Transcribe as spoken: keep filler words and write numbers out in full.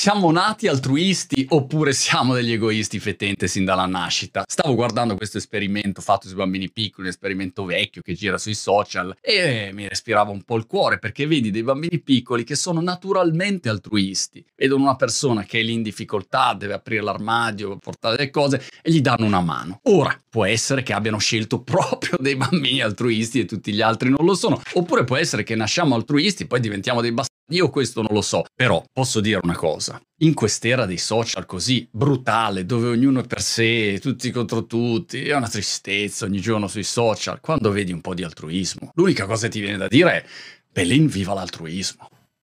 Siamo nati altruisti oppure siamo degli egoisti fetente sin dalla nascita? Stavo guardando questo esperimento fatto sui bambini piccoli, un esperimento vecchio che gira sui social e mi respirava un po' il cuore perché vedi dei bambini piccoli che sono naturalmente altruisti. Vedono una persona che è lì in difficoltà, deve aprire l'armadio, portare delle cose e gli danno una mano. Ora, può essere che abbiano scelto proprio dei bambini altruisti e tutti gli altri non lo sono, oppure può essere che nasciamo altruisti, poi diventiamo dei bastardi. Io questo non lo so, però posso dire una cosa. In quest'era dei social così brutale, dove ognuno è per sé, tutti contro tutti, è una tristezza ogni giorno sui social, quando vedi un po' di altruismo, l'unica cosa che ti viene da dire è Belin, viva l'altruismo.